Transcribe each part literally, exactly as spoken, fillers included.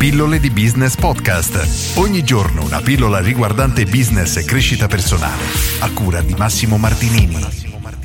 Pillole di Business Podcast. Ogni giorno una pillola riguardante business e crescita personale. A cura di Massimo Martinini.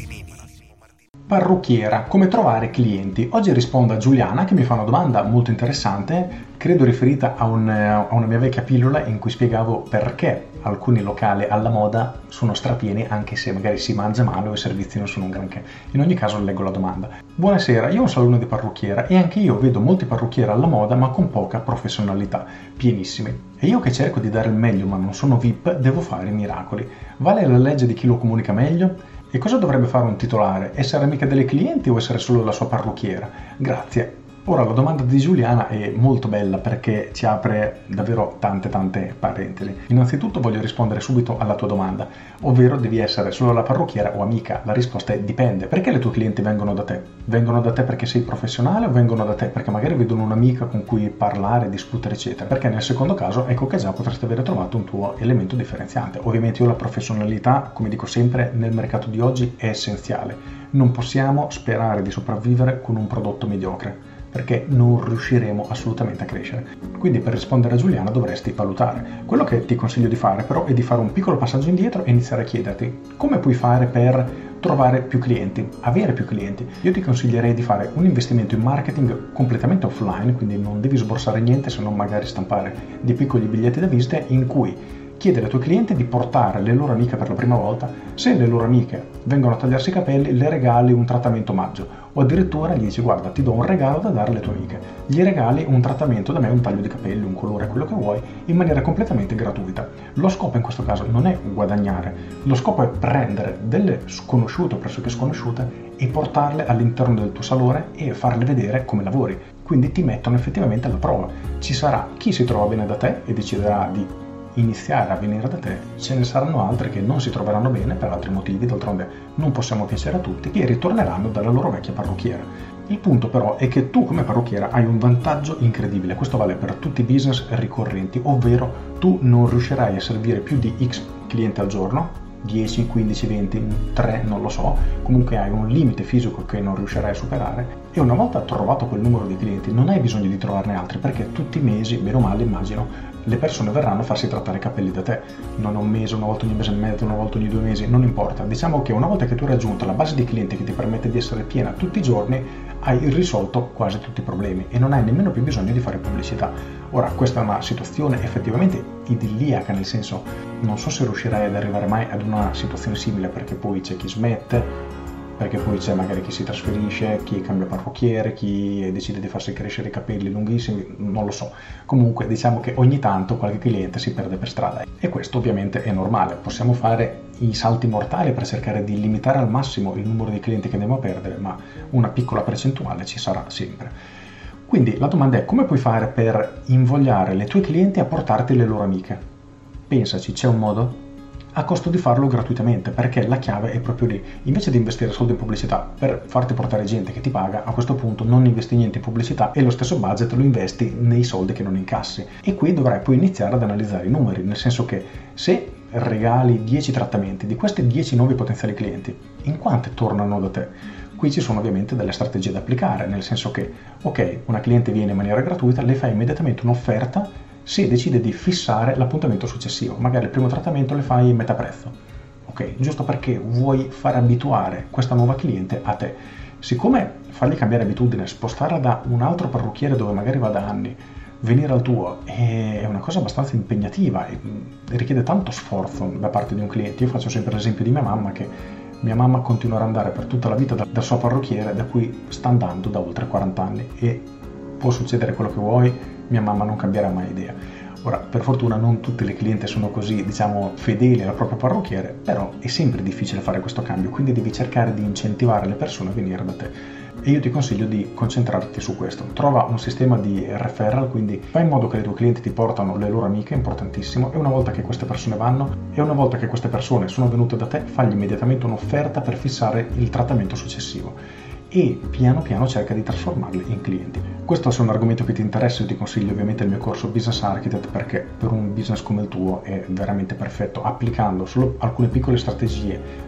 Parrucchiera, come trovare clienti? Oggi rispondo a Giuliana che mi fa una domanda molto interessante, credo riferita a, un, a una mia vecchia pillola in cui spiegavo perché alcuni locali alla moda sono strapieni anche se magari si mangia male o i servizi non sono un granché. In ogni caso leggo la domanda. Buonasera, io ho un salone di parrucchiera e anche io vedo molti parrucchieri alla moda ma con poca professionalità, pienissimi. E io che cerco di dare il meglio ma non sono V I P, devo fare miracoli. Vale la legge di chi lo comunica meglio? E cosa dovrebbe fare un titolare? Essere amica delle clienti o essere solo la sua parrucchiera? Grazie. Ora la domanda di Giuliana è molto bella perché ci apre davvero tante tante parentesi. Innanzitutto voglio rispondere subito alla tua domanda, ovvero devi essere solo la parrucchiera o amica? La risposta è dipende. Perché le tue clienti vengono da te? Vengono da te perché sei professionale o vengono da te perché magari vedono un'amica con cui parlare, discutere eccetera? Perché nel secondo caso ecco che già potresti avere trovato un tuo elemento differenziante. Ovviamente io la professionalità, come dico sempre, nel mercato di oggi è essenziale. Non possiamo sperare di sopravvivere con un prodotto mediocre, perché non riusciremo assolutamente a crescere. Quindi per rispondere a Giuliana dovresti valutare. Quello che ti consiglio di fare però è di fare un piccolo passaggio indietro e iniziare a chiederti come puoi fare per trovare più clienti, avere più clienti. Io ti consiglierei di fare un investimento in marketing completamente offline, quindi non devi sborsare niente se non magari stampare dei piccoli biglietti da visita in cui chiede ai tuoi clienti di portare le loro amiche per la prima volta. Se le loro amiche vengono a tagliarsi i capelli, le regali un trattamento omaggio o addirittura gli dici guarda ti do un regalo da dare alle tue amiche, gli regali un trattamento da me, un taglio di capelli, un colore, quello che vuoi, in maniera completamente gratuita. Lo scopo in questo caso non è guadagnare, lo scopo è prendere delle sconosciute o pressoché sconosciute e portarle all'interno del tuo salone e farle vedere come lavori, quindi ti mettono effettivamente alla prova. Ci sarà chi si trova bene da te e deciderà di iniziare a venire da te, ce ne saranno altri che non si troveranno bene per altri motivi, d'altronde non possiamo piacere a tutti, e ritorneranno dalla loro vecchia parrucchiera. Il punto però è che tu come parrucchiera hai un vantaggio incredibile, questo vale per tutti i business ricorrenti, ovvero tu non riuscirai a servire più di X clienti al giorno, dieci, quindici, venti, tre, non lo so, comunque hai un limite fisico che non riuscirai a superare e una volta trovato quel numero di clienti non hai bisogno di trovarne altri perché tutti i mesi, bene o male immagino, le persone verranno a farsi trattare i capelli da te, non un mese, una volta ogni mese e mezzo, una volta ogni due mesi, non importa. Diciamo che una volta che tu hai raggiunto la base di clienti che ti permette di essere piena tutti i giorni, hai risolto quasi tutti i problemi e non hai nemmeno più bisogno di fare pubblicità. Ora, questa è una situazione effettivamente idilliaca, nel senso, non so se riuscirai ad arrivare mai ad una situazione simile perché poi c'è chi smette, perché poi c'è magari chi si trasferisce, chi cambia parrucchiere, chi decide di farsi crescere i capelli lunghissimi, non lo so. Comunque diciamo che ogni tanto qualche cliente si perde per strada e questo ovviamente è normale. Possiamo fare i salti mortali per cercare di limitare al massimo il numero di clienti che andiamo a perdere, ma una piccola percentuale ci sarà sempre. Quindi la domanda è come puoi fare per invogliare le tue clienti a portarti le loro amiche? Pensaci, c'è un modo? A costo di farlo gratuitamente, perché la chiave è proprio lì. Invece di investire soldi in pubblicità per farti portare gente che ti paga, a questo punto non investi niente in pubblicità e lo stesso budget lo investi nei soldi che non incassi. E qui dovrai poi iniziare ad analizzare i numeri, nel senso che se regali dieci trattamenti di questi dieci nuovi potenziali clienti, in quante tornano da te? Qui ci sono ovviamente delle strategie da applicare, nel senso che, ok, una cliente viene in maniera gratuita, le fai immediatamente un'offerta se decide di fissare l'appuntamento successivo. Magari il primo trattamento le fai in metà prezzo, ok? Giusto perché vuoi far abituare questa nuova cliente a te. Siccome fargli cambiare abitudine, spostarla da un altro parrucchiere dove magari va da anni, venire al tuo è una cosa abbastanza impegnativa e richiede tanto sforzo da parte di un cliente. Io faccio sempre l'esempio di mia mamma, che mia mamma continuerà ad andare per tutta la vita da, da sua parrucchiere da cui sta andando da oltre quaranta anni e può succedere quello che vuoi, mia mamma non cambierà mai idea. Ora, per fortuna non tutte le clienti sono così, diciamo, fedeli al proprio parrucchiere, però è sempre difficile fare questo cambio, quindi devi cercare di incentivare le persone a venire da te. E io ti consiglio di concentrarti su questo. Trova un sistema di referral, quindi fai in modo che le tue clienti ti portano le loro amiche, importantissimo, e una volta che queste persone vanno, e una volta che queste persone sono venute da te, fagli immediatamente un'offerta per fissare il trattamento successivo. E piano piano cerca di trasformarli in clienti. Questo se è un argomento che ti interessa, io ti consiglio ovviamente il mio corso Business Architect, perché per un business come il tuo è veramente perfetto. Applicando solo alcune piccole strategie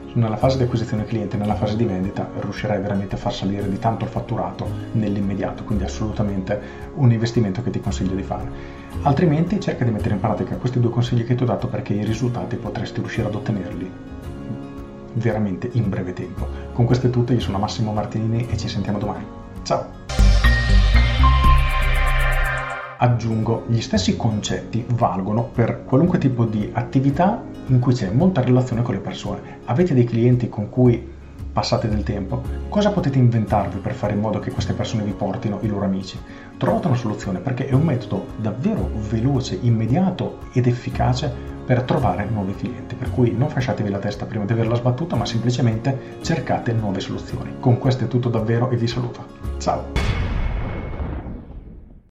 nella fase di acquisizione cliente, nella fase di vendita, riuscirai veramente a far salire di tanto il fatturato nell'immediato, quindi assolutamente un investimento che ti consiglio di fare. Altrimenti cerca di mettere in pratica questi due consigli che ti ho dato, perché i risultati potresti riuscire ad ottenerli veramente in breve tempo. Con questo è tutto, io sono Massimo Martinini e ci sentiamo domani. Ciao! Aggiungo, gli stessi concetti valgono per qualunque tipo di attività in cui c'è molta relazione con le persone. Avete dei clienti con cui passate del tempo? Cosa potete inventarvi per fare in modo che queste persone vi portino i loro amici? Trovate una soluzione, perché è un metodo davvero veloce, immediato ed efficace per trovare nuovi clienti. Per cui non fasciatevi la testa prima di averla sbattuta, ma semplicemente cercate nuove soluzioni. Con questo è tutto davvero e vi saluto. Ciao!